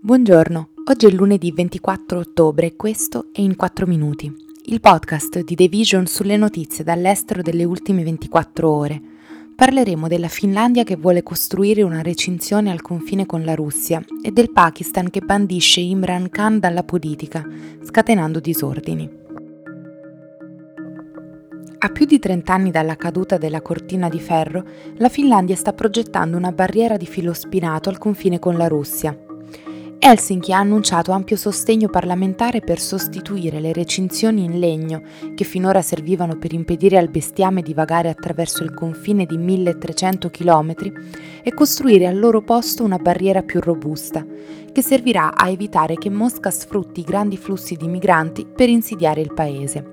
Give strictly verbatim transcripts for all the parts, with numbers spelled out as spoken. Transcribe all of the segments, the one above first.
Buongiorno, oggi è lunedì ventiquattro ottobre e questo è In quattro minuti, il podcast di The Vision sulle notizie dall'estero delle ultime ventiquattro ore. Parleremo della Finlandia che vuole costruire una recinzione al confine con la Russia e del Pakistan che bandisce Imran Khan dalla politica, scatenando disordini. A più di trenta anni dalla caduta della cortina di ferro, la Finlandia sta progettando una barriera di filo spinato al confine con la Russia. Helsinki ha annunciato ampio sostegno parlamentare per sostituire le recinzioni in legno che finora servivano per impedire al bestiame di vagare attraverso il confine di milletrecento chilometri e costruire al loro posto una barriera più robusta, che servirà a evitare che Mosca sfrutti i grandi flussi di migranti per insidiare il paese.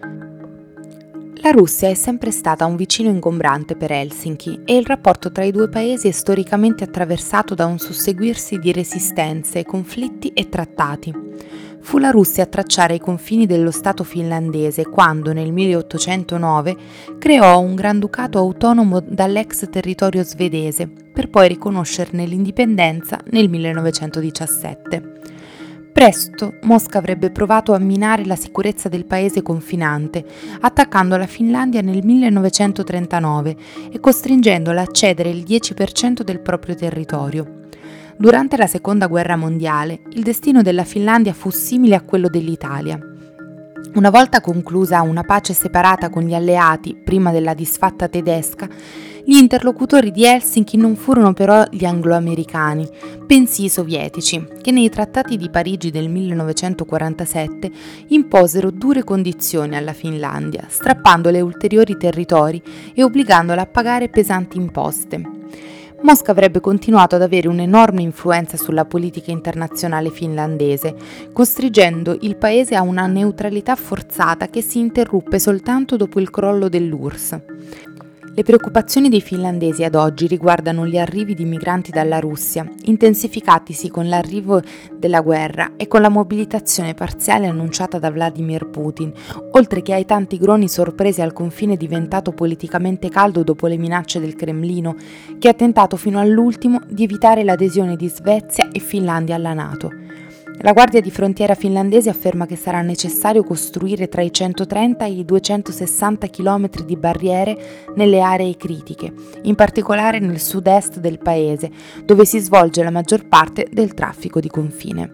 La Russia è sempre stata un vicino ingombrante per Helsinki e il rapporto tra i due paesi è storicamente attraversato da un susseguirsi di resistenze, conflitti e trattati. Fu la Russia a tracciare i confini dello Stato finlandese quando, nel milleottocentonove, creò un granducato autonomo dall'ex territorio svedese, per poi riconoscerne l'indipendenza nel millenovecentodiciassette. Presto Mosca avrebbe provato a minare la sicurezza del paese confinante, attaccando la Finlandia nel millenovecentotrentanove e costringendola a cedere il dieci per cento del proprio territorio. Durante la Seconda Guerra Mondiale, il destino della Finlandia fu simile a quello dell'Italia. Una volta conclusa una pace separata con gli alleati, prima della disfatta tedesca, gli interlocutori di Helsinki non furono però gli anglo-americani, bensì i sovietici, che nei trattati di Parigi del millenovecentoquarantasette imposero dure condizioni alla Finlandia, strappandole ulteriori territori e obbligandola a pagare pesanti imposte. Mosca avrebbe continuato ad avere un'enorme influenza sulla politica internazionale finlandese, costringendo il paese a una neutralità forzata che si interruppe soltanto dopo il crollo dell'U R S S. Le preoccupazioni dei finlandesi ad oggi riguardano gli arrivi di migranti dalla Russia, intensificatisi con l'arrivo della guerra e con la mobilitazione parziale annunciata da Vladimir Putin, oltre che ai tanti groni sorpresi al confine diventato politicamente caldo dopo le minacce del Cremlino, che ha tentato fino all'ultimo di evitare l'adesione di Svezia e Finlandia alla NATO. La Guardia di Frontiera finlandese afferma che sarà necessario costruire tra i centotrenta e i duecentosessanta chilometri di barriere nelle aree critiche, in particolare nel sud-est del paese, dove si svolge la maggior parte del traffico di confine.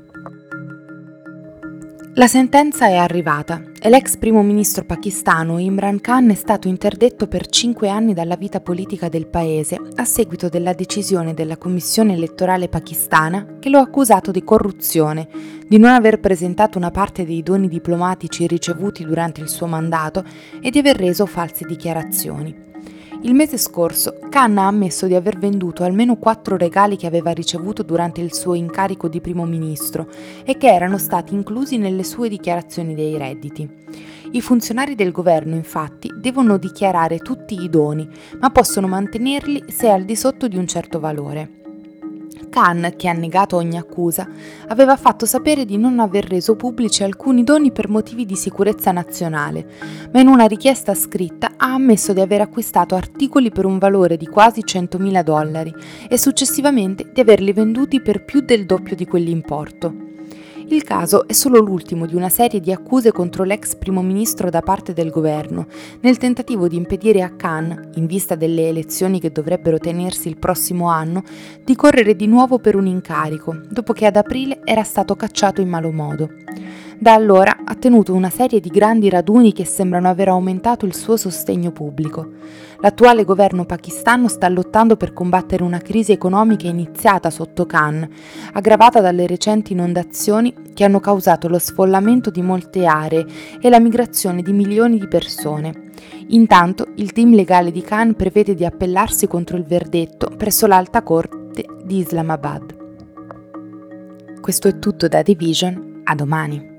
La sentenza è arrivata e l'ex primo ministro pakistano Imran Khan è stato interdetto per cinque anni dalla vita politica del paese a seguito della decisione della Commissione elettorale pakistana che lo ha accusato di corruzione, di non aver presentato una parte dei doni diplomatici ricevuti durante il suo mandato e di aver reso false dichiarazioni. Il mese scorso Khan ha ammesso di aver venduto almeno quattro regali che aveva ricevuto durante il suo incarico di primo ministro e che erano stati inclusi nelle sue dichiarazioni dei redditi. I funzionari del governo, infatti, devono dichiarare tutti i doni, ma possono mantenerli se al di sotto di un certo valore. Khan, che ha negato ogni accusa, aveva fatto sapere di non aver reso pubblici alcuni doni per motivi di sicurezza nazionale, ma in una richiesta scritta ha ammesso di aver acquistato articoli per un valore di quasi centomila dollari e successivamente di averli venduti per più del doppio di quell'importo. Il caso è solo l'ultimo di una serie di accuse contro l'ex primo ministro da parte del governo, nel tentativo di impedire a Khan, in vista delle elezioni che dovrebbero tenersi il prossimo anno, di correre di nuovo per un incarico, dopo che ad aprile era stato cacciato in malo modo. Da allora ha tenuto una serie di grandi raduni che sembrano aver aumentato il suo sostegno pubblico. L'attuale governo pakistano sta lottando per combattere una crisi economica iniziata sotto Khan, aggravata dalle recenti inondazioni che hanno causato lo sfollamento di molte aree e la migrazione di milioni di persone. Intanto il team legale di Khan prevede di appellarsi contro il verdetto presso l'Alta Corte di Islamabad. Questo è tutto da The Vision, a domani.